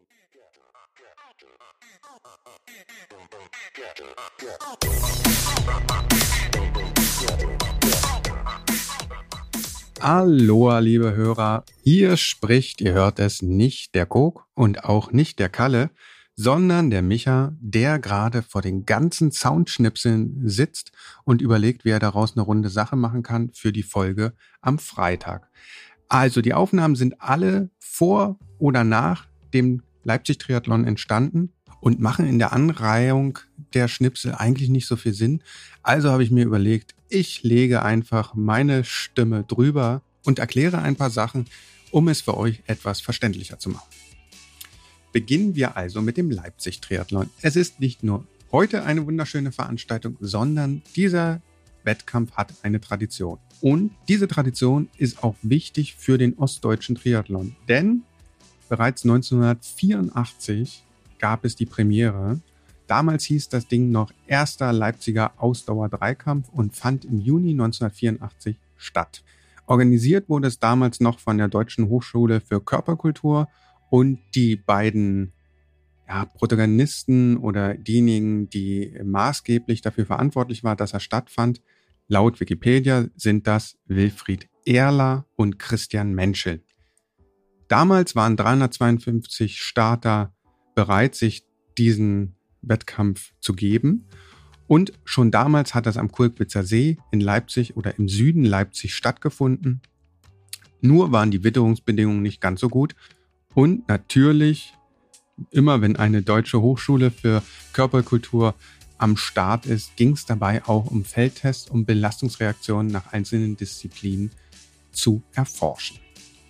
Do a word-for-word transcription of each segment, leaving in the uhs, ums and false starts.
Aloha, liebe Hörer, hier spricht, ihr hört es, nicht der Kok und auch nicht der Kalle, sondern der Micha, der gerade vor den ganzen Soundschnipseln sitzt und überlegt, wie er daraus eine runde Sache machen kann für die Folge am Freitag. Also die Aufnahmen sind alle vor oder nach dem Leipzig-Triathlon entstanden und machen in der Anreihung der Schnipsel eigentlich nicht so viel Sinn. Also habe ich mir überlegt, ich lege einfach meine Stimme drüber und erkläre ein paar Sachen, um es für euch etwas verständlicher zu machen. Beginnen wir also mit dem Leipzig-Triathlon. Es ist nicht nur heute eine wunderschöne Veranstaltung, sondern dieser Wettkampf hat eine Tradition. Und diese Tradition ist auch wichtig für den ostdeutschen Triathlon, denn bereits neunzehnhundertvierundachtzig gab es die Premiere. Damals hieß das Ding noch erster Leipziger Ausdauer-Dreikampf und fand im Juni neunzehnhundertvierundachtzig statt. Organisiert wurde es damals noch von der Deutschen Hochschule für Körperkultur und die beiden ja, Protagonisten oder diejenigen, die maßgeblich dafür verantwortlich waren, dass er stattfand, laut Wikipedia sind das Wilfried Ehrler und Christian Menschel. Damals waren dreihundertzweiundfünfzig Starter bereit, sich diesen Wettkampf zu geben. Und schon damals hat das am Kulkwitzer See in Leipzig oder im Süden Leipzig stattgefunden. Nur waren die Witterungsbedingungen nicht ganz so gut. Und natürlich, immer wenn eine deutsche Hochschule für Körperkultur am Start ist, ging es dabei auch um Feldtests, um Belastungsreaktionen nach einzelnen Disziplinen zu erforschen.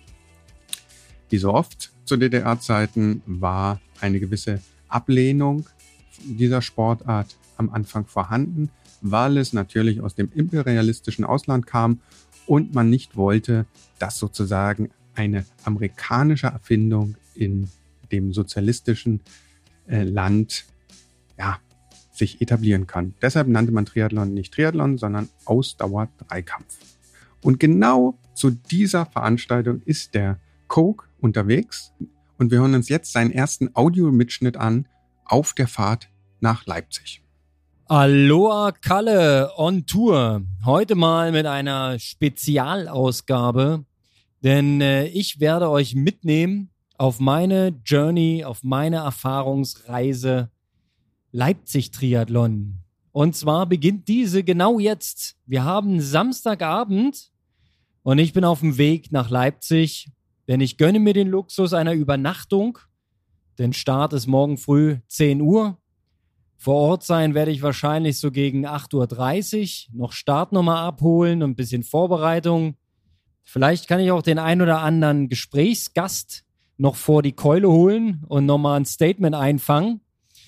Wie so oft zu D D R-Zeiten war eine gewisse Ablehnung dieser Sportart am Anfang vorhanden, weil es natürlich aus dem imperialistischen Ausland kam und man nicht wollte, dass sozusagen eine amerikanische Erfindung in dem sozialistischen äh, Land ja, sich etablieren kann. Deshalb nannte man Triathlon nicht Triathlon, sondern Ausdauer-Dreikampf. Und genau zu dieser Veranstaltung ist der Coke unterwegs und wir hören uns jetzt seinen ersten Audiomitschnitt an auf der Fahrt nach Leipzig. Aloha Kalle on Tour. Heute mal mit einer Spezialausgabe, denn äh, ich werde euch mitnehmen auf meine Journey, auf meine Erfahrungsreise Leipzig-Triathlon. Und zwar beginnt diese genau jetzt. Wir haben Samstagabend und ich bin auf dem Weg nach Leipzig, denn ich gönne mir den Luxus einer Übernachtung. Denn Start ist morgen früh zehn Uhr. Vor Ort sein werde ich wahrscheinlich so gegen acht Uhr dreißig. Noch Startnummer abholen und ein bisschen Vorbereitung. Vielleicht kann ich auch den ein oder anderen Gesprächsgast noch vor die Keule holen und nochmal ein Statement einfangen.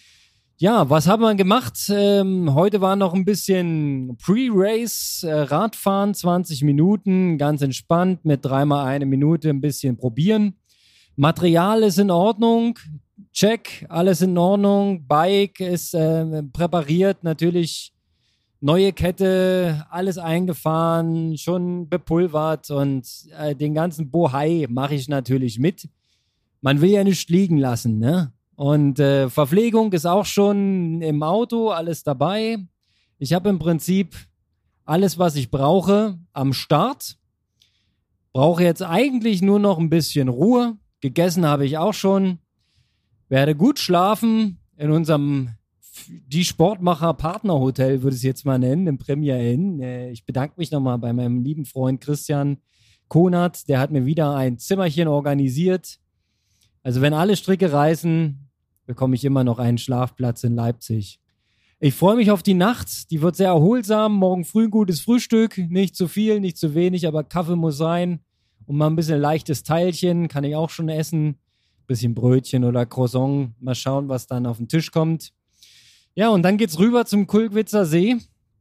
Ja, was haben wir gemacht? Ähm, heute war noch ein bisschen Pre-Race, äh, Radfahren, zwanzig Minuten, ganz entspannt, mit dreimal eine Minute ein bisschen probieren. Material ist in Ordnung, check, alles in Ordnung, Bike ist äh, präpariert, natürlich neue Kette, alles eingefahren, schon bepulvert und äh, den ganzen Bohai mache ich natürlich mit. Man will ja nicht liegen lassen, ne? Und äh, Verpflegung ist auch schon im Auto, alles dabei. Ich habe im Prinzip alles, was ich brauche, am Start. Brauche jetzt eigentlich nur noch ein bisschen Ruhe. Gegessen habe ich auch schon. Werde gut schlafen in unserem Die Sportmacher Partnerhotel, würde ich es jetzt mal nennen, im Premier Inn. Äh, ich bedanke mich nochmal bei meinem lieben Freund Christian Konert. Der hat mir wieder ein Zimmerchen organisiert. Also wenn alle Stricke reißen, bekomme ich immer noch einen Schlafplatz in Leipzig. Ich freue mich auf die Nacht. Die wird sehr erholsam. Morgen früh ein gutes Frühstück. Nicht zu viel, nicht zu wenig, aber Kaffee muss sein. Und mal ein bisschen leichtes Teilchen kann ich auch schon essen. Bisschen Brötchen oder Croissant. Mal schauen, was dann auf den Tisch kommt. Ja, und dann geht's rüber zum Kulkwitzer See.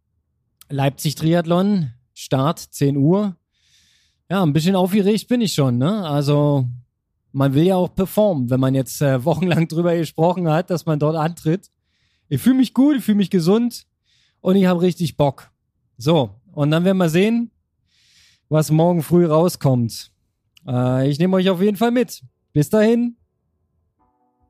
Leipzig Triathlon. Start zehn Uhr. Ja, ein bisschen aufgeregt bin ich schon, ne? Also man will ja auch performen, wenn man jetzt äh, wochenlang drüber gesprochen hat, dass man dort antritt. Ich fühle mich gut, ich fühle mich gesund und ich habe richtig Bock. So, und dann werden wir sehen, was morgen früh rauskommt. Äh, ich nehme euch auf jeden Fall mit. Bis dahin.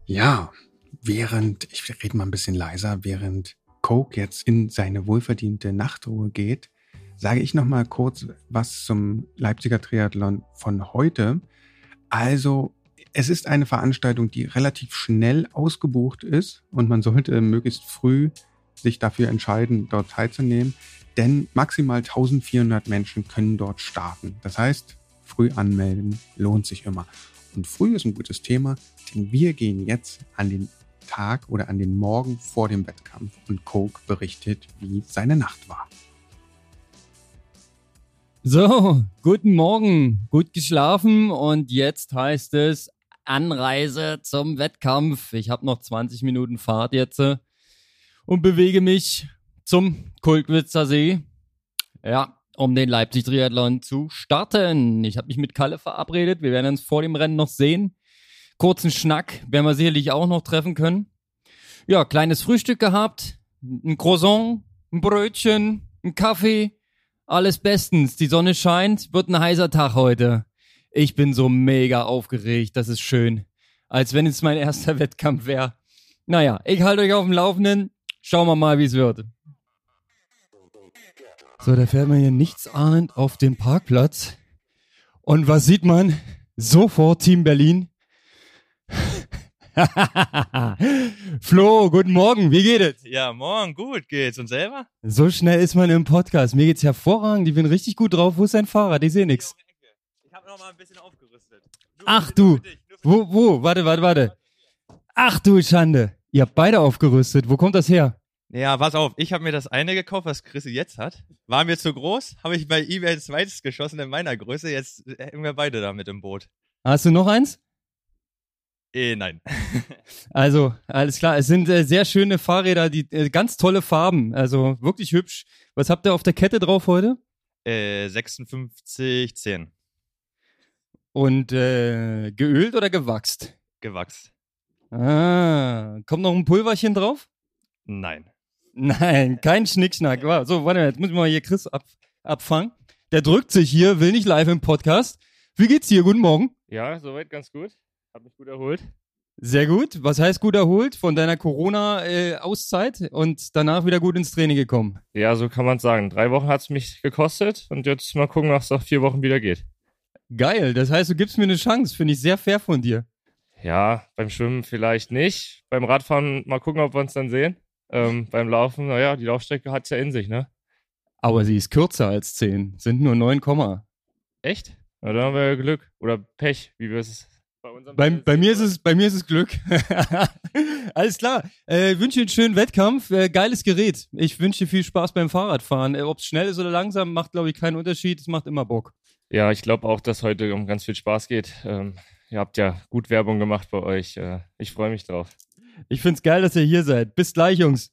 Ja, während, ich rede mal ein bisschen leiser, während Coke jetzt in seine wohlverdiente Nachtruhe geht, sage ich noch mal kurz was zum Leipziger Triathlon von heute. Also, es ist eine Veranstaltung, die relativ schnell ausgebucht ist und man sollte möglichst früh sich dafür entscheiden, dort teilzunehmen, denn maximal eintausendvierhundert Menschen können dort starten. Das heißt, früh anmelden lohnt sich immer. Und früh ist ein gutes Thema, denn wir gehen jetzt an den Tag oder an den Morgen vor dem Wettkampf und Coke berichtet, wie seine Nacht war. So, guten Morgen, gut geschlafen und jetzt heißt es Anreise zum Wettkampf. Ich habe noch zwanzig Minuten Fahrt jetzt äh, und bewege mich zum Kulkwitzer See, ja, um den Leipzig-Triathlon zu starten. Ich habe mich mit Kalle verabredet, wir werden uns vor dem Rennen noch sehen. Kurzen Schnack werden wir sicherlich auch noch treffen können. Ja, kleines Frühstück gehabt, ein Croissant, ein Brötchen, ein Kaffee. Alles bestens, die Sonne scheint, wird ein heißer Tag heute. Ich bin so mega aufgeregt, das ist schön. Als wenn es mein erster Wettkampf wäre. Naja, ich halte euch auf dem Laufenden. Schauen wir mal, wie es wird. So, da fährt man hier nichtsahnend auf den Parkplatz. Und was sieht man? Sofort Team Berlin. Flo, guten Morgen, wie geht es? Ja, morgen, gut geht's. Und selber? So schnell ist man im Podcast. Mir geht's hervorragend, ich bin richtig gut drauf. Wo ist dein Fahrrad? Ich sehe nichts. Ich habe noch mal ein bisschen aufgerüstet. Nur Ach für- du, nur für dich, nur für wo, wo? Warte, warte, warte. Ach du Schande, ihr habt beide aufgerüstet. Wo kommt das her? dich. Ja, pass auf, ich habe mir das eine gekauft, was Chrissy jetzt hat. War mir zu groß, habe ich bei eBay ein zweites geschossen in meiner Größe. Jetzt hängen wir beide da mit im Boot. Hast du noch eins? Eh, nein. Also, alles klar. Es sind äh, sehr schöne Fahrräder, die äh, ganz tolle Farben. Also wirklich hübsch. Was habt ihr auf der Kette drauf heute? äh, sechsundfünfzig, zehn. Und äh, geölt oder gewachst? Gewachst. Ah, kommt noch ein Pulverchen drauf? Nein. Nein, kein Schnickschnack. Wow, so, warte mal, jetzt muss ich mal hier Chris ab, abfangen. Der drückt sich hier, will nicht live im Podcast. Wie geht's dir? Guten Morgen. Ja, soweit ganz gut. Hab mich gut erholt. Sehr gut. Was heißt gut erholt von deiner Corona-Auszeit und danach wieder gut ins Training gekommen? Ja, so kann man sagen. Drei Wochen hat's mich gekostet und jetzt mal gucken, was nach vier Wochen wieder geht. Geil, das heißt, du gibst mir eine Chance. Finde ich sehr fair von dir. Ja, beim Schwimmen vielleicht nicht. Beim Radfahren mal gucken, ob wir uns dann sehen. Ähm, beim Laufen, naja, die Laufstrecke hat's ja in sich, ne? Aber sie ist kürzer als zehn. Sind nur neun, Echt? Na, dann haben wir ja Glück. Oder Pech, wie wir es bei unserem Bei, P L C bei, mir ist oder? es, bei mir ist es Glück. Alles klar. Äh, wünsche dir einen schönen Wettkampf. Äh, geiles Gerät. Ich wünsche dir viel Spaß beim Fahrradfahren. Äh, Ob es schnell ist oder langsam, macht, glaube ich, keinen Unterschied. Es macht immer Bock. Ja, ich glaube auch, dass heute um ganz viel Spaß geht. Ähm, ihr habt ja gut Werbung gemacht bei euch. Äh, ich freue mich drauf. Ich find's geil, dass ihr hier seid. Bis gleich, Jungs.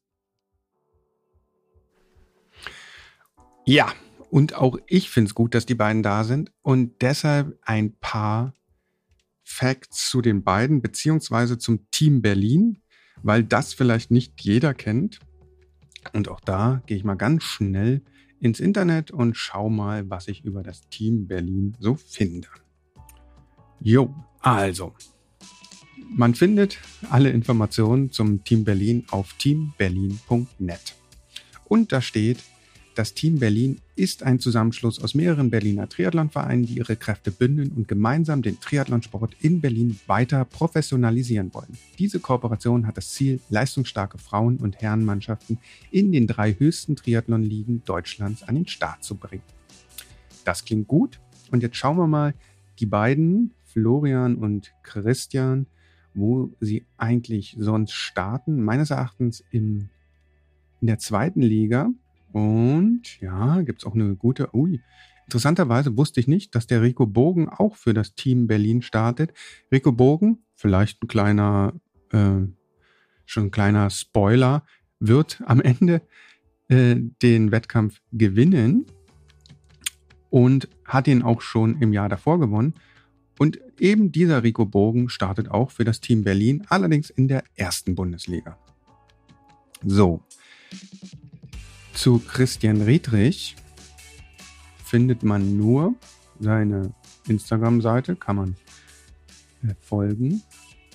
Ja, und auch ich finde es gut, dass die beiden da sind und deshalb ein paar Facts zu den beiden, beziehungsweise zum Team Berlin, weil das vielleicht nicht jeder kennt. Und auch da gehe ich mal ganz schnell ins Internet und schau mal, was ich über das Team Berlin so finde. Jo, also, man findet alle Informationen zum Team Berlin auf team berlin punkt net. Und da steht, das Team Berlin ist ein Zusammenschluss aus mehreren Berliner Triathlonvereinen, die ihre Kräfte bündeln und gemeinsam den Triathlonsport in Berlin weiter professionalisieren wollen. Diese Kooperation hat das Ziel, leistungsstarke Frauen- und Herrenmannschaften in den drei höchsten Triathlon-Ligen Deutschlands an den Start zu bringen. Das klingt gut. Und jetzt schauen wir mal, die beiden, Florian und Christian, wo sie eigentlich sonst starten. Meines Erachtens im, in der zweiten Liga. Und ja, gibt's auch eine gute, ui, interessanterweise wusste ich nicht, dass der Rico Bogen auch für das Team Berlin startet. Rico Bogen, vielleicht ein kleiner, äh, schon ein kleiner Spoiler, wird am Ende äh, den Wettkampf gewinnen und hat ihn auch schon im Jahr davor gewonnen. Und eben dieser Rico Bogen startet auch für das Team Berlin, allerdings in der ersten Bundesliga. So. Zu Christian Riedrich findet man nur seine Instagram-Seite, kann man äh, folgen.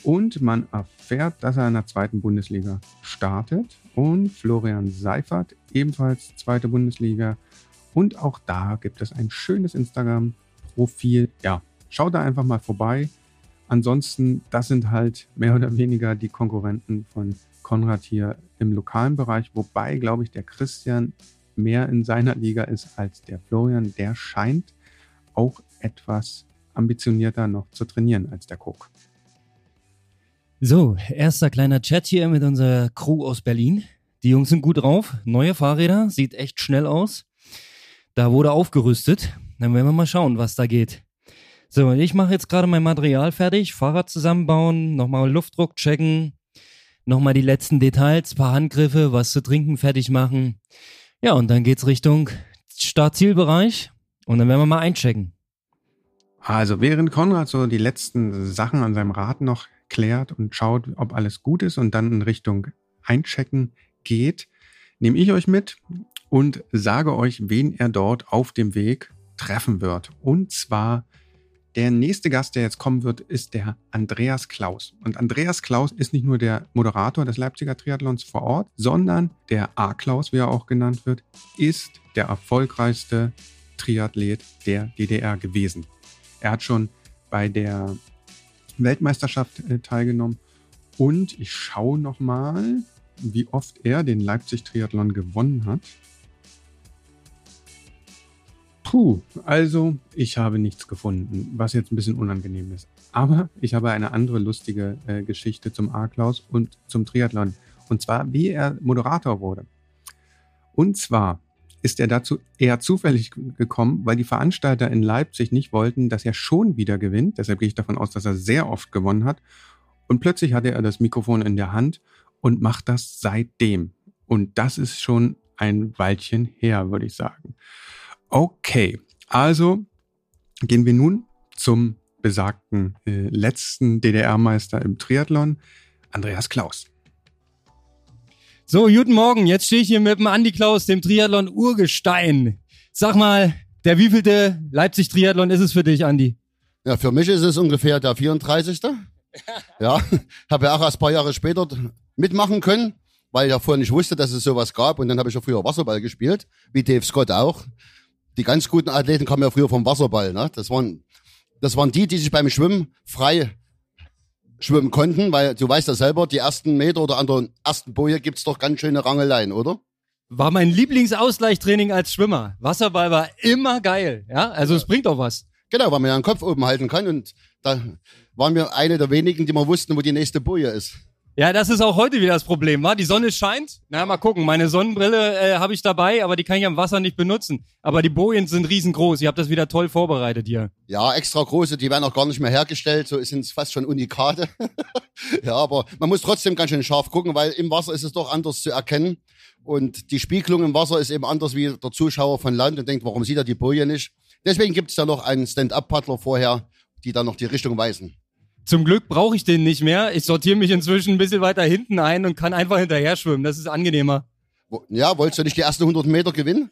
Und man erfährt, dass er in der zweiten Bundesliga startet. Und Florian Seifert, ebenfalls zweite Bundesliga. Und auch da gibt es ein schönes Instagram-Profil. Ja, schaut da einfach mal vorbei. Ansonsten, das sind halt mehr oder weniger die Konkurrenten von Konrad hier im lokalen Bereich. Wobei, glaube ich, der Christian mehr in seiner Liga ist als der Florian. Der scheint auch etwas ambitionierter noch zu trainieren als der Cook. So, erster kleiner Chat hier mit unserer Crew aus Berlin. Die Jungs sind gut drauf. Neue Fahrräder, sieht echt schnell aus. Da wurde aufgerüstet. Dann werden wir mal schauen, was da geht. So, ich mache jetzt gerade mein Material fertig. Fahrrad zusammenbauen, nochmal Luftdruck checken, nochmal die letzten Details, paar Handgriffe, was zu trinken fertig machen. Ja, und dann geht's Richtung Start-Zielbereich und dann werden wir mal einchecken. Also während Konrad so die letzten Sachen an seinem Rad noch klärt und schaut, ob alles gut ist und dann in Richtung Einchecken geht, nehme ich euch mit und sage euch, wen er dort auf dem Weg treffen wird. Und zwar der nächste Gast, der jetzt kommen wird, ist der Andreas Klaus. Und Andreas Klaus ist nicht nur der Moderator des Leipziger Triathlons vor Ort, sondern der A-Klaus, wie er auch genannt wird, ist der erfolgreichste Triathlet der D D R gewesen. Er hat schon bei der Weltmeisterschaft äh, teilgenommen und ich schaue nochmal, wie oft er den Leipzig-Triathlon gewonnen hat. Puh, also ich habe nichts gefunden, was jetzt ein bisschen unangenehm ist. Aber ich habe eine andere lustige äh, Geschichte zum A-Klaus und zum Triathlon. Und zwar, wie er Moderator wurde. Und zwar ist er dazu eher zufällig gekommen, weil die Veranstalter in Leipzig nicht wollten, dass er schon wieder gewinnt. Deshalb gehe ich davon aus, dass er sehr oft gewonnen hat. Und plötzlich hatte er das Mikrofon in der Hand und macht das seitdem. Und das ist schon ein Weilchen her, würde ich sagen. Okay, also gehen wir nun zum besagten äh, letzten D D R-Meister im Triathlon, Andreas Klaus. So, guten Morgen. Jetzt stehe ich hier mit dem Andi Klaus, dem Triathlon-Urgestein. Sag mal, der wievielte Leipzig-Triathlon ist es für dich, Andi? Ja, für mich ist es ungefähr der vierunddreißigste Ja, habe ja auch erst ein paar Jahre später mitmachen können, weil ich ja vorher nicht wusste, dass es sowas gab. Und dann habe ich ja früher Wasserball gespielt, wie Dave Scott auch. Die ganz guten Athleten kamen ja früher vom Wasserball. Ne? Das waren, das waren die, die sich beim Schwimmen frei schwimmen konnten, weil du weißt ja selber, die ersten Meter oder an der ersten Boje gibt's doch ganz schöne Rangeleien, oder? War mein Lieblingsausgleichstraining als Schwimmer. Wasserball war immer geil, ja? Also ja. Es bringt doch was. Genau, weil man ja den Kopf oben halten kann und da waren wir eine der wenigen, die mal wussten, wo die nächste Boje ist. Ja, das ist auch heute wieder das Problem, wa? Die Sonne scheint. Na, mal gucken. Meine Sonnenbrille äh, habe ich dabei, aber die kann ich am Wasser nicht benutzen. Aber die Bojen sind riesengroß. Ihr habt das wieder toll vorbereitet hier. Ja, extra große, die werden auch gar nicht mehr hergestellt. So sind es fast schon Unikate. Ja, aber man muss trotzdem ganz schön scharf gucken, weil im Wasser ist es doch anders zu erkennen. Und die Spiegelung im Wasser ist eben anders wie der Zuschauer von Land und denkt, warum sieht er die Boje nicht? Deswegen gibt es da noch einen Stand-Up-Paddler vorher, die dann noch die Richtung weisen. Zum Glück brauche ich den nicht mehr. Ich sortiere mich inzwischen ein bisschen weiter hinten ein und kann einfach hinterher schwimmen. Das ist angenehmer. Ja, wolltest du nicht die ersten hundert Meter gewinnen?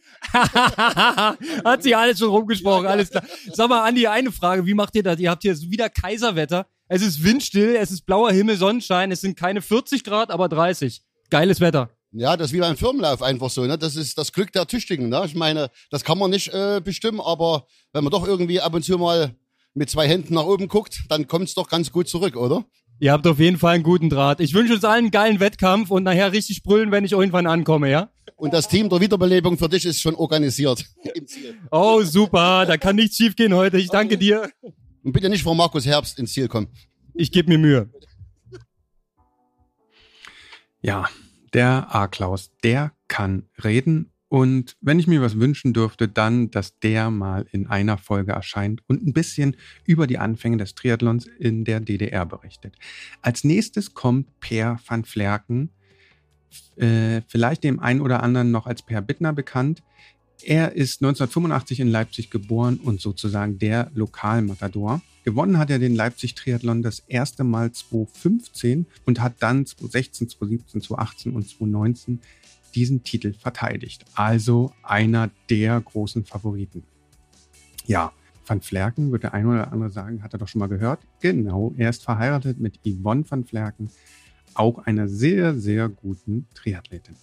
Hat sich alles schon rumgesprochen, alles klar. Sag mal, Andi, eine Frage. Wie macht ihr das? Ihr habt hier wieder Kaiserwetter. Es ist windstill, es ist blauer Himmel, Sonnenschein. Es sind keine vierzig Grad, aber dreißig. Geiles Wetter. Ja, das ist wie beim Firmenlauf einfach so. Ne? Das ist das Glück der Tüchtigen. Ne? Ich meine, das kann man nicht äh, bestimmen, aber wenn man doch irgendwie ab und zu mal mit zwei Händen nach oben guckt, dann kommt es doch ganz gut zurück, oder? Ihr habt auf jeden Fall einen guten Draht. Ich wünsche uns allen einen geilen Wettkampf und nachher richtig brüllen, wenn ich irgendwann ankomme, ja? Und das Team der Wiederbelebung für dich ist schon organisiert. Im Ziel. Oh, super. Da kann nichts schief gehen heute. Ich danke dir. Und bitte nicht vor Markus Herbst ins Ziel kommen. Ich gebe mir Mühe. Ja, der A-Klaus, der kann reden. Und wenn ich mir was wünschen dürfte, dann, dass der mal in einer Folge erscheint und ein bisschen über die Anfänge des Triathlons in der D D R berichtet. Als nächstes kommt Per van Vlerken, äh, vielleicht dem einen oder anderen noch als Per Bittner bekannt. Er ist neunzehnhundertfünfundachtzig in Leipzig geboren und sozusagen der Lokalmatador. Gewonnen hat er den Leipzig-Triathlon das erste Mal zweitausendfünfzehn und hat dann zweitausendsechzehn, zweitausendsiebzehn, zweitausendachtzehn und zweitausendneunzehn diesen Titel verteidigt. Also einer der großen Favoriten. Ja, van Vlerken, wird der ein oder andere sagen, hat er doch schon mal gehört. Genau, er ist verheiratet mit Yvonne van Vlerken, auch einer sehr, sehr guten Triathletin.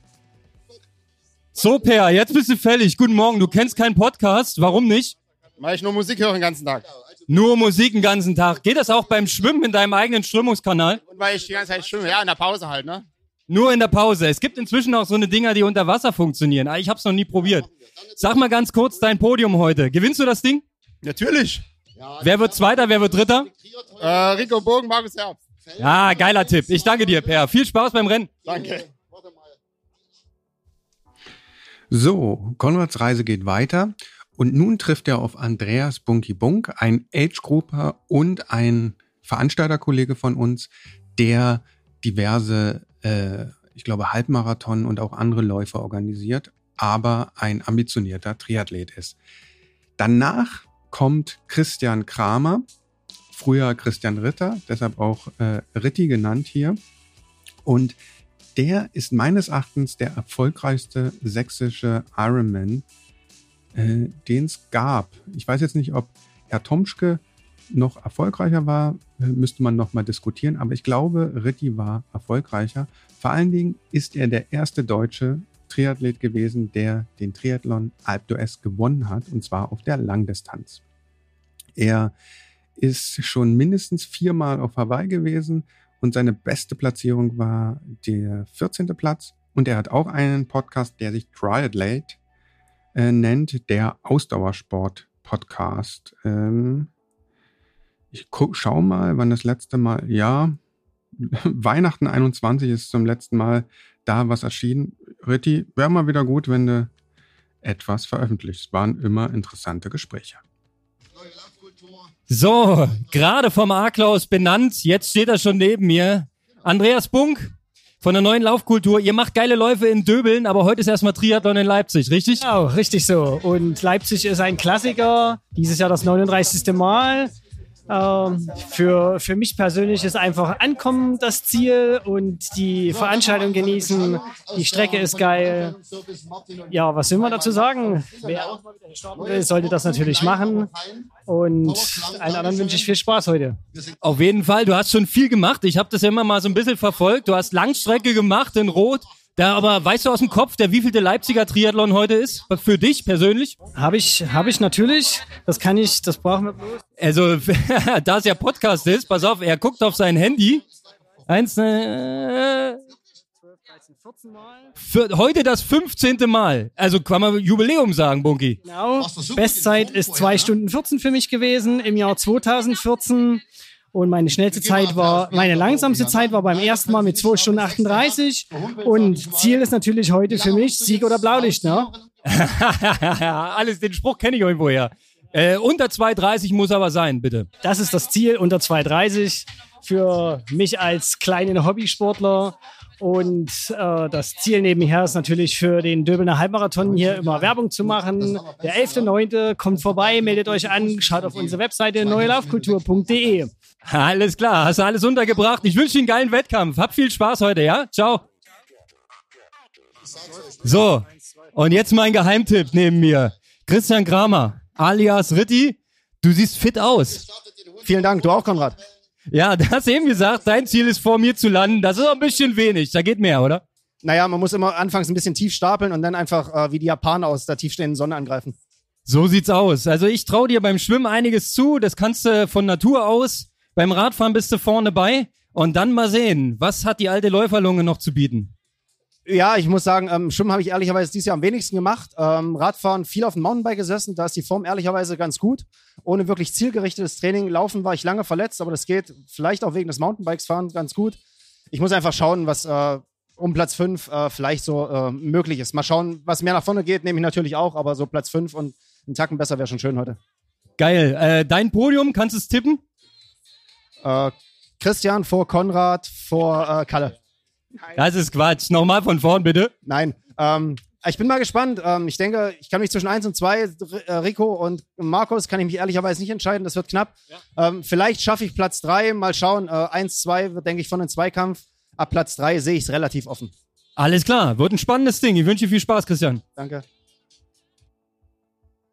So, Per, jetzt bist du fällig. Guten Morgen, du kennst keinen Podcast, warum nicht? Weil ich nur Musik höre den ganzen Tag. Nur Musik den ganzen Tag. Geht das auch beim Schwimmen in deinem eigenen Strömungskanal? Und weil ich die ganze Zeit schwimme, ja, in der Pause halt, ne? Nur in der Pause. Es gibt inzwischen auch so eine Dinger, die unter Wasser funktionieren. Ich hab's noch nie probiert. Sag mal ganz kurz dein Podium heute. Gewinnst du das Ding? Natürlich. Wer wird Zweiter, wer wird Dritter? Äh, Rico Bogen, Markus Herbst. Ja, geiler Tipp. Ich danke dir, Per. Viel Spaß beim Rennen. Danke. So, Konrads Reise geht weiter und nun trifft er auf Andreas Bunky Bunk, ein Age-Grupper und ein Veranstalterkollege von uns, der diverse, äh, ich glaube, Halbmarathon und auch andere Läufe organisiert, aber ein ambitionierter Triathlet ist. Danach kommt Christian Kramer, früher Christian Ritter, deshalb auch äh, Ritti genannt hier. Und der ist meines Erachtens der erfolgreichste sächsische Ironman, äh, den es gab. Ich weiß jetzt nicht, ob Herr Tomschke noch erfolgreicher war, äh, müsste man noch mal diskutieren, aber ich glaube, Ritti war erfolgreicher. Vor allen Dingen ist er der erste deutsche Triathlet gewesen, der den Triathlon Alpe d'Huez gewonnen hat, und zwar auf der Langdistanz. Er ist schon mindestens viermal auf Hawaii gewesen und seine beste Platzierung war der vierzehnte Platz. Und er hat auch einen Podcast, der sich Triathlete äh, nennt, der Ausdauersport-Podcast. Ähm, ich guck, schau mal, wann das letzte Mal, ja, Weihnachten einundzwanzig ist zum letzten Mal da was erschienen. Ritti, wäre mal wieder gut, wenn du etwas veröffentlichst. Es waren immer interessante Gespräche. So, gerade vom A-Klaus benannt, jetzt steht er schon neben mir. Andreas Bunk von der neuen Laufkultur. Ihr macht geile Läufe in Döbeln, aber heute ist erstmal Triathlon in Leipzig, richtig? Genau, richtig so. Und Leipzig ist ein Klassiker, dieses Jahr das neununddreißigste Mal. Ähm, für, für mich persönlich ist einfach Ankommen das Ziel und die Veranstaltung genießen. Die Strecke ist geil. Ja, was will man dazu sagen? Wer auch mal wieder starten will, sollte das natürlich machen. Und allen anderen wünsche ich viel Spaß heute. Auf jeden Fall, du hast schon viel gemacht. Ich habe das ja immer mal so ein bisschen verfolgt. Du hast Langstrecke gemacht in Rot. Da aber, weißt du aus dem Kopf, der wievielte Leipziger Triathlon heute ist? Für dich persönlich? Habe ich, habe ich natürlich. Das kann ich, das brauchen wir bloß. Also, da es ja Podcast ist, pass auf, er guckt auf sein Handy. Eins, äh, für heute das fünfzehnte Mal. Also kann man Jubiläum sagen, Bunky. Genau. Bestzeit ist zwei Stunden vierzehn für mich gewesen im Jahr zweitausendvierzehn. Und meine schnellste Zeit war, meine langsamste Zeit war beim ersten Mal mit zwei Stunden achtunddreißig. Und Ziel ist natürlich heute für mich Sieg oder Blaulicht, ne? Alles, den Spruch kenne ich irgendwoher. Äh, unter zwei dreißig muss aber sein, bitte. Das ist das Ziel, unter zwei dreißig für mich als kleinen Hobbysportler. Und äh, das Ziel nebenher ist natürlich für den Döbelner Halbmarathon hier immer Werbung zu machen. Der elfter neunte kommt vorbei, meldet euch an, schaut auf unsere Webseite neue laufkultur punkt de. Alles klar, hast du alles untergebracht. Ich wünsche dir einen geilen Wettkampf. Hab viel Spaß heute, ja? Ciao. So, und jetzt mein Geheimtipp neben mir. Christian Kramer, alias Ritti. Du siehst fit aus. Vielen Dank, du auch, Konrad. Ja, du hast eben gesagt, dein Ziel ist vor mir zu landen. Das ist ein bisschen wenig. Da geht mehr, oder? Naja, man muss immer anfangs ein bisschen tief stapeln und dann einfach äh, wie die Japaner aus der tiefstehenden Sonne angreifen. So sieht's aus. Also ich traue dir beim Schwimmen einiges zu. Das kannst du von Natur aus. Beim Radfahren bist du vorne bei. Und dann mal sehen, was hat die alte Läuferlunge noch zu bieten? Ja, ich muss sagen, ähm, Schwimmen habe ich ehrlicherweise dieses Jahr am wenigsten gemacht. Ähm, Radfahren viel auf dem Mountainbike gesessen, da ist die Form ehrlicherweise ganz gut. Ohne wirklich zielgerichtetes Training. Laufen war ich lange verletzt, aber das geht vielleicht auch wegen des Mountainbikes fahren ganz gut. Ich muss einfach schauen, was äh, um Platz fünf äh, vielleicht so äh, möglich ist. Mal schauen, was mehr nach vorne geht, nehme ich natürlich auch, aber so Platz fünf und einen Tacken besser wäre schon schön heute. Geil. Äh, dein Podium, kannst du es tippen? Äh, Christian vor Konrad vor äh, Kalle. Das ist Quatsch. Nochmal von vorn, bitte. Nein. Ähm, ich bin mal gespannt. Ähm, ich denke, ich kann mich zwischen eins und zwei, Rico und Markus, kann ich mich ehrlicherweise nicht entscheiden. Das wird knapp. Ja. Ähm, vielleicht schaffe ich Platz drei. Mal schauen. Äh, eins, zwei wird, denke ich, von einem Zweikampf. Ab Platz drei sehe ich es relativ offen. Alles klar. Wird ein spannendes Ding. Ich wünsche dir viel Spaß, Christian. Danke.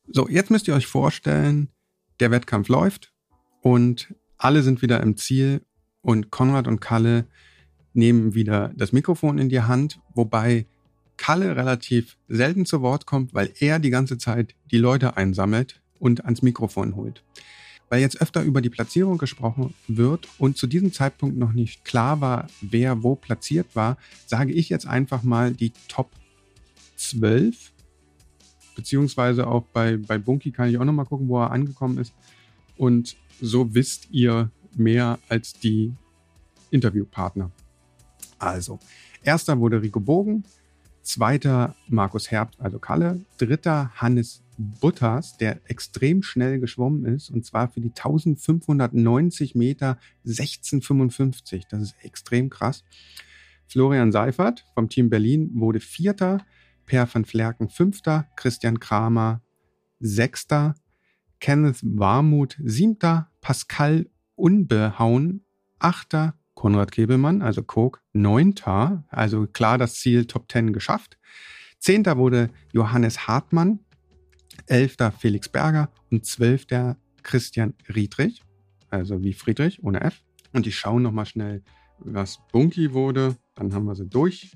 So, jetzt müsst ihr euch vorstellen, der Wettkampf läuft und alle sind wieder im Ziel und Konrad und Kalle nehmen wieder das Mikrofon in die Hand, wobei Kalle relativ selten zu Wort kommt, weil er die ganze Zeit die Leute einsammelt und ans Mikrofon holt. Weil jetzt öfter über die Platzierung gesprochen wird und zu diesem Zeitpunkt noch nicht klar war, wer wo platziert war, sage ich jetzt einfach mal die Top zwölf. Beziehungsweise auch bei, bei Bunky kann ich auch nochmal gucken, wo er angekommen ist. Und so wisst ihr mehr als die Interviewpartner. Also, erster wurde Rico Bogen, zweiter Markus Herbst, also Kalle, dritter Hannes Butters, der extrem schnell geschwommen ist, und zwar für die eintausendfünfhundertneunzig Meter sechzehn fünfundfünfzig. Das ist extrem krass. Florian Seifert vom Team Berlin wurde vierter, Per van Vlerken fünfter, Christian Kramer sechster, Kenneth Warmuth siebter, Pascal Unbehauen achter, Konrad Kebelmann, also Coke, neunter, also klar das Ziel Top zehn geschafft. zehnter wurde Johannes Hartmann, elfter Felix Berger und zwölfter Christian Riedrich, also wie Friedrich ohne F. Und ich schaue nochmal schnell, was Bunky wurde, dann haben wir sie durch.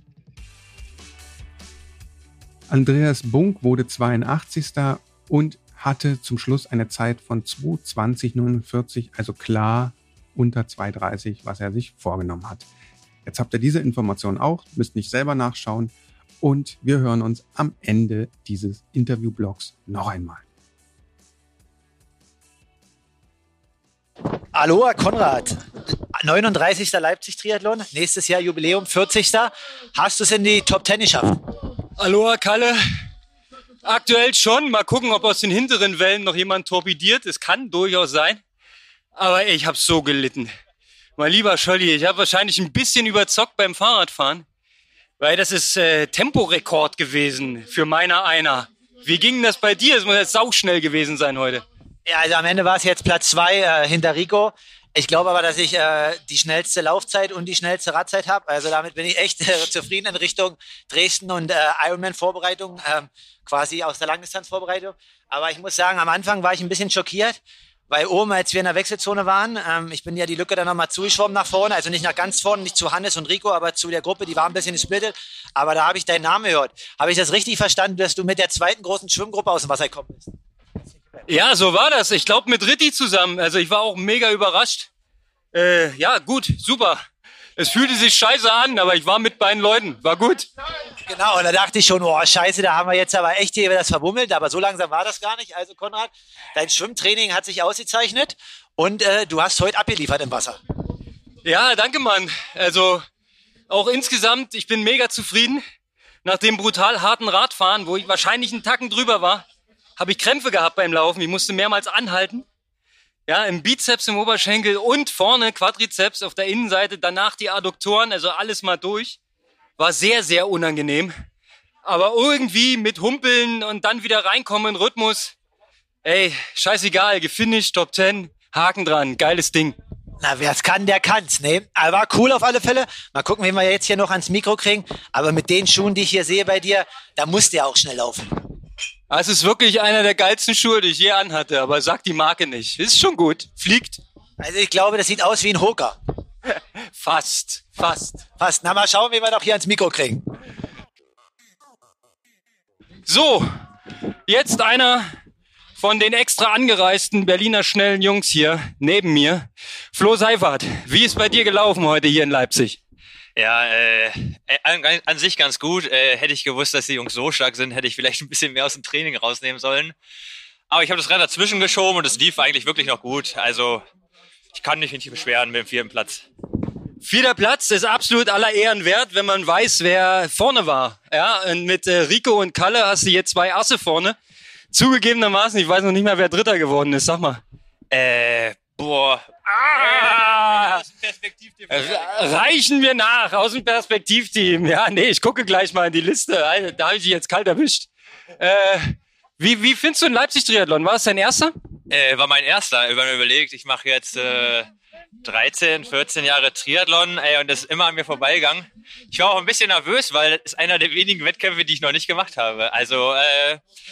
Andreas Bunk wurde zweiundachtzigster und hatte zum Schluss eine Zeit von zwei zwanzig neunundvierzig, also klar unter zwei dreißig, was er sich vorgenommen hat. Jetzt habt ihr diese Information auch, müsst nicht selber nachschauen und wir hören uns am Ende dieses Interviewblocks noch einmal. Aloha Konrad, neununddreißigster Leipzig-Triathlon, nächstes Jahr Jubiläum, vierzigster Hast du es in die Top zehn geschafft? Aloha Kalle, aktuell schon. Mal gucken, ob aus den hinteren Wellen noch jemand torpediert. Es kann durchaus sein. Aber ey, ich habe so gelitten. Mein lieber Scholli, ich habe wahrscheinlich ein bisschen überzockt beim Fahrradfahren. Weil das ist äh, Temporekord gewesen für meiner Einer. Wie ging das bei dir? Es muss jetzt sauschnell gewesen sein heute. Ja, also am Ende war es jetzt Platz zwei äh, hinter Rico. Ich glaube aber, dass ich äh, die schnellste Laufzeit und die schnellste Radzeit habe. Also damit bin ich echt äh, zufrieden in Richtung Dresden und äh, Ironman-Vorbereitung, äh, quasi aus der Langdistanz-Vorbereitung. Aber ich muss sagen, am Anfang war ich ein bisschen schockiert, weil oben, als wir in der Wechselzone waren, ähm, ich bin ja die Lücke dann nochmal zugeschwommen nach vorne, also nicht nach ganz vorne, nicht zu Hannes und Rico, aber zu der Gruppe, die war ein bisschen gesplittet. Aber da habe ich deinen Namen gehört. Habe ich das richtig verstanden, dass du mit der zweiten großen Schwimmgruppe aus dem Wasser gekommen bist? Ja, so war das. Ich glaube mit Ritti zusammen. Also ich war auch mega überrascht. Äh, ja, gut, super. Es fühlte sich scheiße an, aber ich war mit beiden Leuten. War gut. Genau, und da dachte ich schon, oh scheiße, da haben wir jetzt aber echt hier das verbummelt. Aber so langsam war das gar nicht. Also Konrad, dein Schwimmtraining hat sich ausgezeichnet und äh, du hast heute abgeliefert im Wasser. Ja, danke, Mann. Also auch insgesamt, ich bin mega zufrieden. Nach dem brutal harten Radfahren, wo ich wahrscheinlich einen Tacken drüber war, habe ich Krämpfe gehabt beim Laufen. Ich musste mehrmals anhalten. Ja, im Bizeps, im Oberschenkel und vorne Quadrizeps auf der Innenseite. Danach die Adduktoren, also alles mal durch. War sehr, sehr unangenehm. Aber irgendwie mit Humpeln und dann wieder reinkommen in Rhythmus. Ey, scheißegal, gefinisht, Top zehn, Haken dran, geiles Ding. Na, wer es kann, der kann's, ne? Aber war cool auf alle Fälle. Mal gucken, wen wir jetzt hier noch ans Mikro kriegen. Aber mit den Schuhen, die ich hier sehe bei dir, da musst du ja auch schnell laufen. Es ist wirklich einer der geilsten Schuhe, die ich je anhatte, aber sag die Marke nicht. Ist schon gut, fliegt. Also ich glaube, das sieht aus wie ein Hoka. Fast, fast. Fast. Na, mal schauen, wie wir noch hier ans Mikro kriegen. So, jetzt einer von den extra angereisten Berliner schnellen Jungs hier neben mir. Flo Seifert, wie ist bei dir gelaufen heute hier in Leipzig? Ja, äh, an, an sich ganz gut. Äh, hätte ich gewusst, dass die Jungs so stark sind, hätte ich vielleicht ein bisschen mehr aus dem Training rausnehmen sollen. Aber ich habe das Rennen dazwischen geschoben und es lief eigentlich wirklich noch gut. Also ich kann mich nicht beschweren mit dem vierten Platz. Vierter Platz ist absolut aller Ehren wert, wenn man weiß, wer vorne war. Ja, und mit äh, Rico und Kalle hast du jetzt zwei Asse vorne. Zugegebenermaßen, ich weiß noch nicht mehr, wer Dritter geworden ist. Sag mal. Äh, boah. Ah, reichen wir nach aus dem Perspektivteam. Ja, nee, ich gucke gleich mal in die Liste. Da habe ich dich jetzt kalt erwischt. Äh, wie, wie findest du den Leipzig-Triathlon? War es dein erster? Äh, war mein erster. Ich habe mir überlegt, ich mache jetzt äh, dreizehn, vierzehn Jahre Triathlon ey, und das ist immer an mir vorbeigegangen. Ich war auch ein bisschen nervös, weil das ist einer der wenigen Wettkämpfe, die ich noch nicht gemacht habe. Also, äh,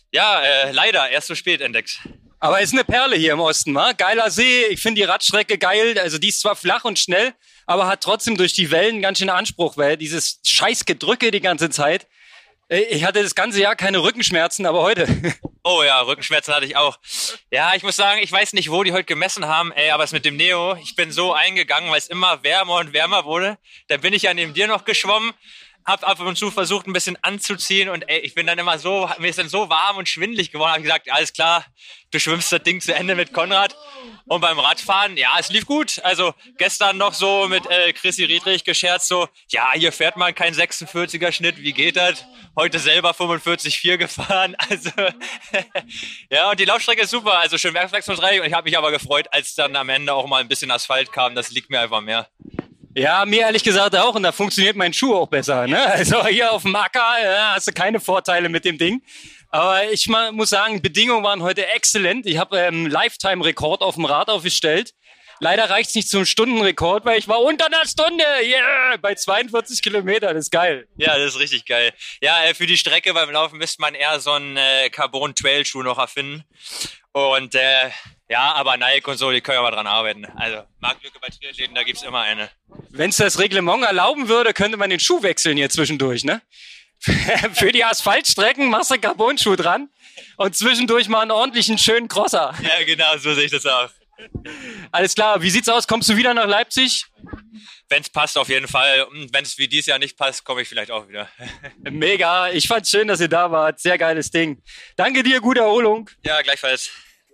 Ja, äh, leider, erst zu spät entdeckt. Aber ist eine Perle hier im Osten, wa? Geiler See, ich finde die Radstrecke geil, also die ist zwar flach und schnell, aber hat trotzdem durch die Wellen ganz schön Anspruch, weil dieses scheiß Gedrücke die ganze Zeit. Ich hatte das ganze Jahr keine Rückenschmerzen, aber heute. Oh ja, Rückenschmerzen hatte ich auch. Ja, ich muss sagen, ich weiß nicht, wo die heute gemessen haben, ey, aber es mit dem Neo, ich bin so eingegangen, weil es immer wärmer und wärmer wurde. Dann bin ich ja neben dir noch geschwommen, hab ab und zu versucht, ein bisschen anzuziehen und ey, ich bin dann immer so, mir ist dann so warm und schwindelig geworden, hab gesagt, alles klar, du schwimmst das Ding zu Ende mit Konrad. Und beim Radfahren, ja, es lief gut. Also gestern noch so mit äh, Chrissy Riedrich gescherzt, so, ja, hier fährt man kein sechsundvierziger Schnitt, wie geht das? Heute selber fünfundvierzig Komma vier gefahren, also ja, und die Laufstrecke ist super, also schön wechselungsreich und ich habe mich aber gefreut, als dann am Ende auch mal ein bisschen Asphalt kam, das liegt mir einfach mehr. Ja, mir ehrlich gesagt auch. Und da funktioniert mein Schuh auch besser. Ne? Also hier auf dem Acker ja, hast du keine Vorteile mit dem Ding. Aber ich mal, muss sagen, Bedingungen waren heute exzellent. Ich habe einen ähm, Lifetime-Rekord auf dem Rad aufgestellt. Leider reicht es nicht zum Stundenrekord, weil ich war unter einer Stunde. Yeah, bei zweiundvierzig Kilometern. Das ist geil. Ja, das ist richtig geil. Ja, äh, für die Strecke beim Laufen müsste man eher so einen äh, Carbon-Trail-Schuh noch erfinden. Und äh, ja, aber Nike und so, die können aber dran arbeiten. Also Marktlücke bei Triathleten, da gibt's immer eine. Wenn es das Reglement erlauben würde, könnte man den Schuh wechseln hier zwischendurch, ne? Für die Asphaltstrecken machst du einen Carbon-Schuh dran und zwischendurch mal einen ordentlichen, schönen Crosser. Ja, genau, so sehe ich das auch. Alles klar, wie sieht's aus? Kommst du wieder nach Leipzig? Wenn's passt, auf jeden Fall. Wenn es wie dieses Jahr nicht passt, komme ich vielleicht auch wieder. Mega, ich fand's schön, dass ihr da wart. Sehr geiles Ding. Danke dir, gute Erholung. Ja, gleichfalls.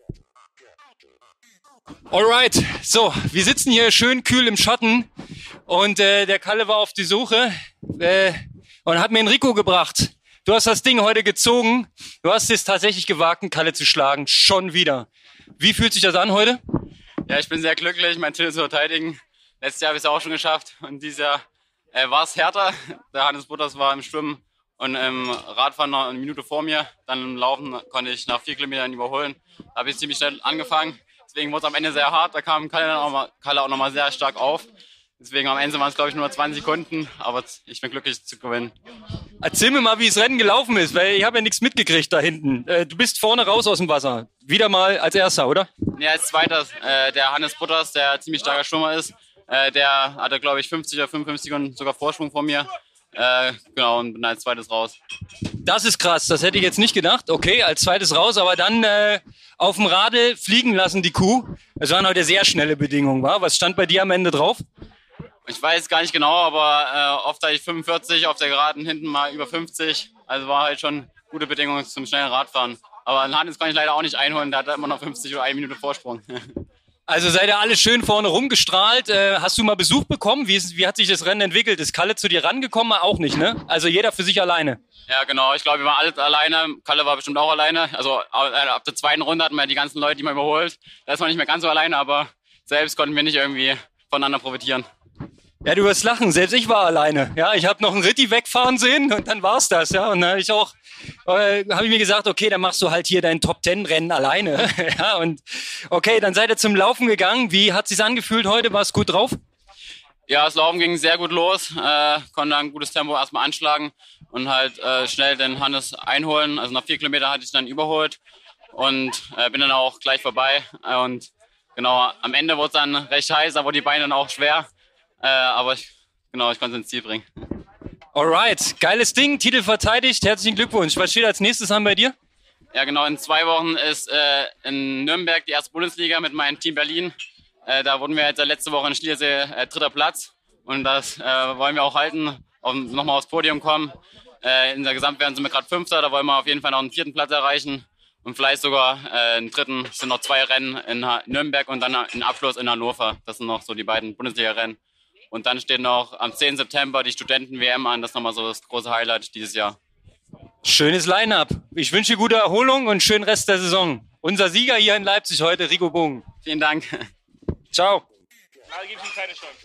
Alright, so, wir sitzen hier schön kühl im Schatten und äh, der Kalle war auf die Suche äh, und hat mir Enrico gebracht. Du hast das Ding heute gezogen, du hast es tatsächlich gewagt, einen Kalle zu schlagen, schon wieder. Wie fühlt sich das an heute? Ja, ich bin sehr glücklich, mein Titel zu verteidigen. Letztes Jahr habe ich es auch schon geschafft und dieses Jahr äh, war es härter. Der Hannes Butters war im Schwimmen und im Radfahren noch eine Minute vor mir. Dann im Laufen konnte ich nach vier Kilometern überholen. Da habe ich ziemlich schnell angefangen. Deswegen wurde es am Ende sehr hart. Da kam Kalle, dann auch, mal, Kalle auch nochmal sehr stark auf. Deswegen am Ende waren es, glaube ich, nur zwanzig Sekunden. Aber ich bin glücklich zu gewinnen. Erzähl mir mal, wie das Rennen gelaufen ist, weil ich habe ja nichts mitgekriegt da hinten. Äh, du bist vorne raus aus dem Wasser. Wieder mal als Erster, oder? Ja, als Zweiter. Äh, der Hannes Butters, der ziemlich starker Schwimmer ist, äh, der hatte, glaube ich, fünfzig oder fünfundfünfzig und sogar Vorsprung vor mir. Äh, genau, und bin als Zweites raus. Das ist krass, das hätte ich jetzt nicht gedacht. Okay, als Zweites raus, aber dann äh, auf dem Rade fliegen lassen die Kuh. Es waren heute sehr schnelle Bedingungen, wa? Was stand bei dir am Ende drauf? Ich weiß gar nicht genau, aber äh, oft hatte ich fünfundvierzig, auf der Geraden hinten mal über fünfzig. Also war halt schon gute Bedingungen zum schnellen Radfahren. Aber einen Hannes kann ich leider auch nicht einholen, da hat er immer noch fünfzig oder eine Minute Vorsprung. Also seid ihr alle schön vorne rumgestrahlt. Äh, hast du mal Besuch bekommen? Wie, ist, wie hat sich das Rennen entwickelt? Ist Kalle zu dir rangekommen? Auch nicht, ne? Also jeder für sich alleine. Ja, genau. Ich glaube, wir waren alle alleine. Kalle war bestimmt auch alleine. Also ab der zweiten Runde hatten wir die ganzen Leute, die man überholt. Da ist man nicht mehr ganz so alleine, aber selbst konnten wir nicht irgendwie voneinander profitieren. Ja, du wirst lachen. Selbst ich war alleine. Ja, ich habe noch einen Ritti wegfahren sehen und dann war's das. Ja, und dann habe ich auch, äh, habe ich mir gesagt, okay, dann machst du halt hier dein Top Ten Rennen alleine. Ja, und okay, dann seid ihr zum Laufen gegangen. Wie hat sich's angefühlt heute? Warst gut drauf? Ja, das Laufen ging sehr gut los. Äh, konnte ein gutes Tempo erstmal anschlagen und halt äh, schnell den Hannes einholen. Also nach vier Kilometern hatte ich dann überholt und äh, bin dann auch gleich vorbei. Äh, und genau, am Ende wurde es dann recht heiß, da wurden die Beine dann auch schwer. Äh, aber ich, genau, ich konnte es ins Ziel bringen. Alright, geiles Ding, Titel verteidigt, herzlichen Glückwunsch. Was steht als nächstes an bei dir? Ja genau, in zwei Wochen ist äh, in Nürnberg die erste Bundesliga mit meinem Team Berlin. Äh, da wurden wir jetzt letzte Woche in Schliersee äh, dritter Platz und das äh, wollen wir auch halten, nochmal aufs Podium kommen. Äh, in der Gesamtwertung sind wir gerade Fünfter, da wollen wir auf jeden Fall noch einen vierten Platz erreichen und vielleicht sogar äh, einen dritten. Es sind noch zwei Rennen in ha- Nürnberg und dann ein Abschluss in Hannover. Das sind noch so die beiden Bundesliga-Rennen. Und dann steht noch am zehnten September die Studenten-W M an. Das ist nochmal so das große Highlight dieses Jahr. Schönes Line-Up. Ich wünsche dir gute Erholung und schönen Rest der Saison. Unser Sieger hier in Leipzig heute, Rico Bogen. Vielen Dank. Ciao. Da gibt es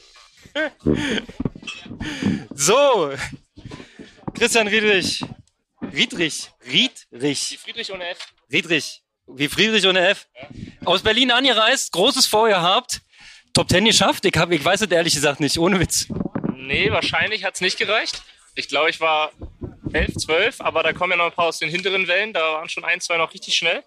ihm keine Chance. So, Christian Riedrich. Riedrich. Riedrich. Wie Friedrich ohne F. Riedrich. Wie Friedrich ohne F. Ja. Aus Berlin angereist, großes Vorgehabt. Top Ten geschafft? Ich, hab, ich weiß es ehrlich gesagt nicht, ohne Witz. Nee, wahrscheinlich hat es nicht gereicht. Ich glaube, ich war elf, zwölf, aber da kommen ja noch ein paar aus den hinteren Wellen. Da waren schon ein, zwei noch richtig schnell.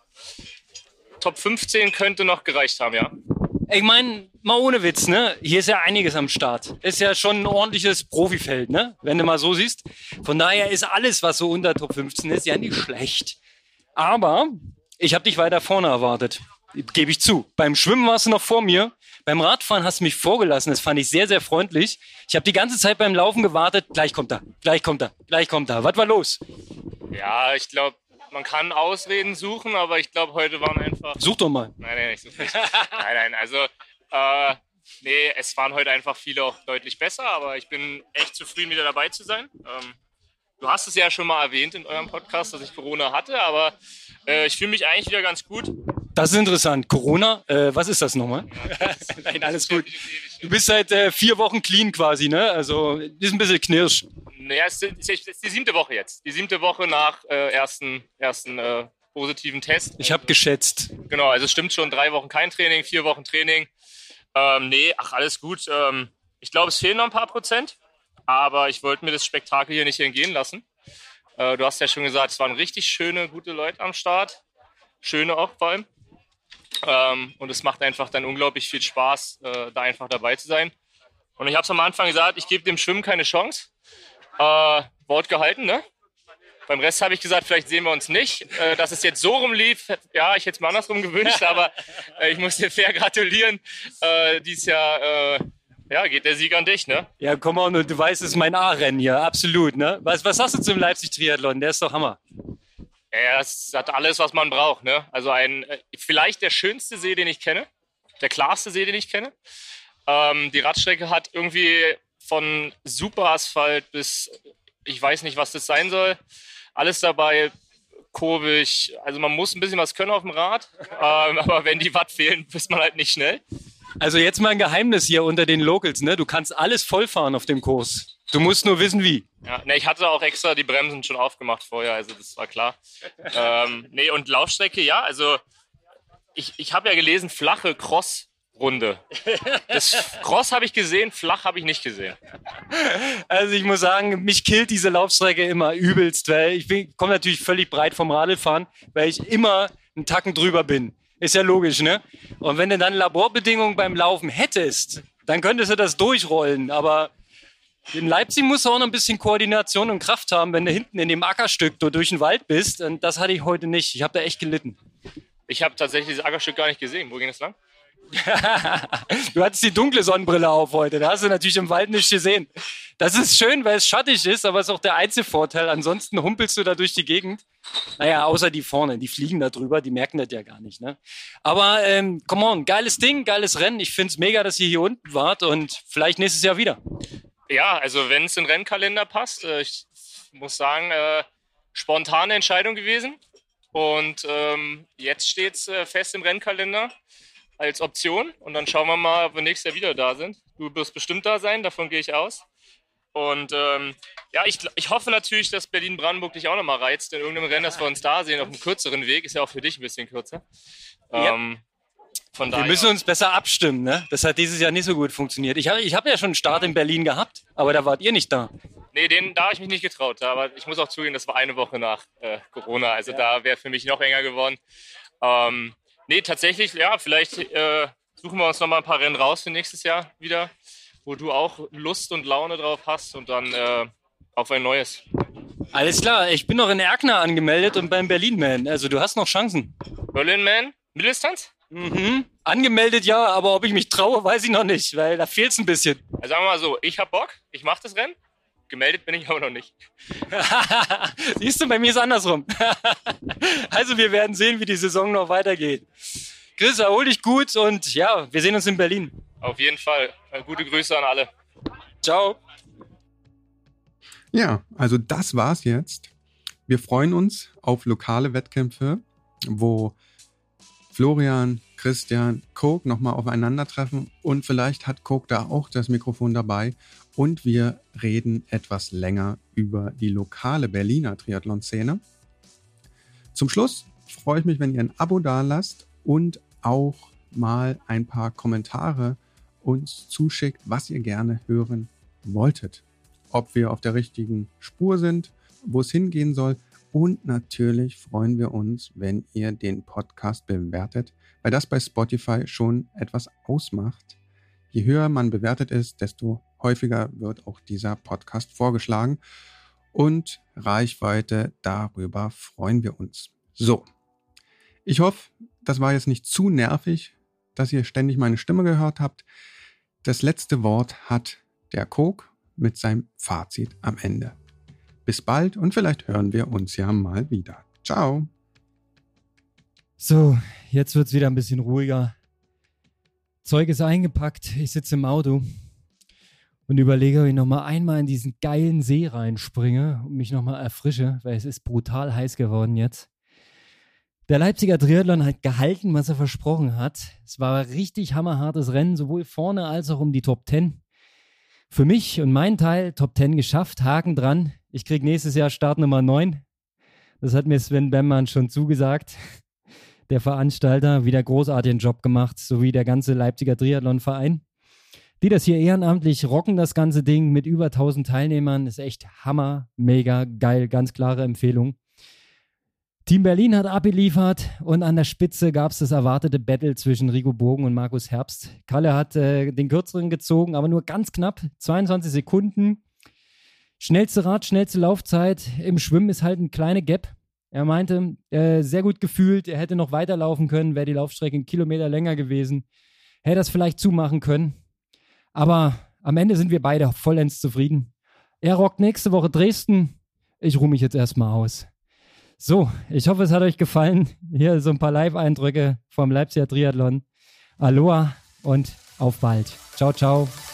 Top fünfzehn könnte noch gereicht haben, ja. Ich meine, mal ohne Witz, ne? Hier ist ja einiges am Start. Ist ja schon ein ordentliches Profifeld, ne? Wenn du mal so siehst. Von daher ist alles, was so unter Top fünfzehn ist, ja nicht schlecht. Aber ich habe dich weiter vorne erwartet. Gebe ich zu. Beim Schwimmen warst du noch vor mir. Beim Radfahren hast du mich vorgelassen. Das fand ich sehr, sehr freundlich. Ich habe die ganze Zeit beim Laufen gewartet. Gleich kommt er, gleich kommt er, gleich kommt er. Was war los? Ja, ich glaube, man kann Ausreden suchen, aber ich glaube, heute waren einfach... Such doch mal. Nein, nein, ich suche nicht. nein, nein, also... Äh, nee, es waren heute einfach viele auch deutlich besser, aber ich bin echt zufrieden, wieder dabei zu sein. Ähm, du hast es ja schon mal erwähnt in eurem Podcast, dass ich Corona hatte, aber äh, ich fühle mich eigentlich wieder ganz gut. Das ist interessant. Corona, äh, was ist das nochmal? Nein, alles gut. Du bist seit äh, vier Wochen clean quasi, ne? Also ist ein bisschen knirsch. Naja, es ist, es ist die siebte Woche jetzt. Die siebte Woche nach äh, ersten, ersten äh, positiven Test. Ich habe geschätzt. Genau, also es stimmt schon, drei Wochen kein Training, vier Wochen Training. Ähm, nee, ach, alles gut. Ähm, ich glaube, es fehlen noch ein paar Prozent, aber ich wollte mir das Spektakel hier nicht entgehen lassen. Äh, du hast ja schon gesagt, es waren richtig schöne, gute Leute am Start. Schöne auch vor allem. Ähm, und es macht einfach dann unglaublich viel Spaß, äh, da einfach dabei zu sein. Und ich habe es am Anfang gesagt, ich gebe dem Schwimmen keine Chance. Äh, Wort gehalten, ne? Beim Rest habe ich gesagt, vielleicht sehen wir uns nicht. Äh, dass es jetzt so rumlief, ja, ich hätte es mir andersrum gewünscht, aber äh, ich muss dir fair gratulieren. Äh, dieses Jahr äh, ja, geht der Sieg an dich, ne? Ja, komm on, und du weißt, es ist mein A-Rennen hier, absolut, ne? Was, was sagst du zum Leipzig-Triathlon? Der ist doch Hammer. Ja, es hat alles, was man braucht, ne? Also ein, vielleicht der schönste See, den ich kenne, der klarste See, den ich kenne. Ähm, die Radstrecke hat irgendwie von Superasphalt bis, ich weiß nicht, was das sein soll, alles dabei, kurvig. Also man muss ein bisschen was können auf dem Rad, ähm, aber wenn die Watt fehlen, ist man halt nicht schnell. Also jetzt mal ein Geheimnis hier unter den Locals, ne? Du kannst alles vollfahren auf dem Kurs. Du musst nur wissen, wie. Ja, ne, ich hatte auch extra die Bremsen schon aufgemacht vorher, also das war klar. ähm, nee, und Laufstrecke, ja, also ich, ich habe ja gelesen, flache Cross-Runde. Das Cross habe ich gesehen, flach habe ich nicht gesehen. Also ich muss sagen, mich killt diese Laufstrecke immer übelst, weil ich komme natürlich völlig breit vom Radlfahren, weil ich immer einen Tacken drüber bin. Ist ja logisch, ne? Und wenn du dann Laborbedingungen beim Laufen hättest, dann könntest du das durchrollen, aber in Leipzig musst du auch noch ein bisschen Koordination und Kraft haben, wenn du hinten in dem Ackerstück durch den Wald bist. Und das hatte ich heute nicht. Ich habe da echt gelitten. Ich habe tatsächlich dieses Ackerstück gar nicht gesehen. Wo ging es lang? Du hattest die dunkle Sonnenbrille auf heute. Da hast du natürlich im Wald nichts gesehen. Das ist schön, weil es schattig ist, aber es ist auch der einzige Vorteil. Ansonsten humpelst du da durch die Gegend. Naja, außer die vorne. Die fliegen da drüber. Die merken das ja gar nicht. Ne? Aber ähm, come on, geiles Ding, geiles Rennen. Ich finde es mega, dass ihr hier unten wart und vielleicht nächstes Jahr wieder. Ja, also wenn es in den Rennkalender passt, äh, ich muss sagen, äh, spontane Entscheidung gewesen. Und ähm, jetzt steht es äh, fest im Rennkalender als Option. Und dann schauen wir mal, ob wir nächstes Jahr wieder da sind. Du wirst bestimmt da sein, davon gehe ich aus. Und ähm, ja, ich, ich hoffe natürlich, dass Berlin-Brandenburg dich auch nochmal reizt in irgendeinem Rennen, dass wir uns da sehen auf einem kürzeren Weg. Ist ja auch für dich ein bisschen kürzer. Ähm, Von wir müssen uns besser abstimmen, ne? Das hat dieses Jahr nicht so gut funktioniert. Ich habe ich hab ja schon einen Start in Berlin gehabt, aber da wart ihr nicht da. Nee, den, da habe ich mich nicht getraut. Aber ich muss auch zugeben, das war eine Woche nach äh, Corona. Also ja. Da wäre für mich noch enger geworden. Ähm, nee, tatsächlich, ja, vielleicht äh, suchen wir uns noch mal ein paar Rennen raus für nächstes Jahr wieder, wo du auch Lust und Laune drauf hast und dann äh, auf ein neues. Alles klar, ich bin noch in Erkner angemeldet und beim Berlin-Man. Also du hast noch Chancen. Berlin-Man? Mitteldistanz? Mhm. Angemeldet ja, aber ob ich mich traue, weiß ich noch nicht, weil da fehlt es ein bisschen. Also sagen wir mal so, ich hab Bock, ich mache das Rennen, gemeldet bin ich aber noch nicht. Siehst du, bei mir ist es andersrum. Also wir werden sehen, wie die Saison noch weitergeht. Chris, erhol dich gut und ja, wir sehen uns in Berlin. Auf jeden Fall. Gute Grüße an alle. Ciao. Ja, also das war's jetzt. Wir freuen uns auf lokale Wettkämpfe, wo Florian, Christian, Coke nochmal aufeinandertreffen und vielleicht hat Coke da auch das Mikrofon dabei und wir reden etwas länger über die lokale Berliner Triathlon-Szene. Zum Schluss freue ich mich, wenn ihr ein Abo dalasst und auch mal ein paar Kommentare uns zuschickt, was ihr gerne hören wolltet. Ob wir auf der richtigen Spur sind wo es hingehen soll. Und natürlich freuen wir uns, wenn ihr den Podcast bewertet, weil das bei Spotify schon etwas ausmacht. Je höher man bewertet ist, desto häufiger wird auch dieser Podcast vorgeschlagen. Und Reichweite, darüber freuen wir uns. So, ich hoffe, das war jetzt nicht zu nervig, dass ihr ständig meine Stimme gehört habt. Das letzte Wort hat der Coke mit seinem Fazit am Ende. Bis bald und vielleicht hören wir uns ja mal wieder. Ciao. So, jetzt wird's wieder ein bisschen ruhiger. Zeug ist eingepackt, ich sitze im Auto und überlege, ob ich nochmal einmal in diesen geilen See reinspringe und mich nochmal erfrische, weil es ist brutal heiß geworden jetzt. Der Leipziger Triathlon hat gehalten, was er versprochen hat. Es war ein richtig hammerhartes Rennen, sowohl vorne als auch um die Top Ten. Für mich und meinen Teil Top Ten geschafft, Haken dran. Ich krieg nächstes Jahr Start Nummer neun. Das hat mir Sven Bemmann schon zugesagt. Der Veranstalter, wieder großartigen Job gemacht, sowie der ganze Leipziger Triathlon-Verein. Die das hier ehrenamtlich rocken, das ganze Ding mit über tausend Teilnehmern. Ist echt hammer, mega geil, ganz klare Empfehlung. Team Berlin hat abgeliefert und an der Spitze gab es das erwartete Battle zwischen Rigo Bogen und Markus Herbst. Kalle hat äh, den kürzeren gezogen, aber nur ganz knapp, zweiundzwanzig Sekunden. Schnellste Rad, schnellste Laufzeit. Im Schwimmen ist halt ein kleiner Gap. Er meinte, äh, sehr gut gefühlt, er hätte noch weiterlaufen können, wäre die Laufstrecke einen Kilometer länger gewesen. Hätte das vielleicht zumachen können. Aber am Ende sind wir beide vollends zufrieden. Er rockt nächste Woche Dresden. Ich ruhe mich jetzt erstmal aus. So, ich hoffe, es hat euch gefallen. Hier so ein paar Live-Eindrücke vom Leipziger Triathlon. Aloha und auf bald. Ciao, ciao.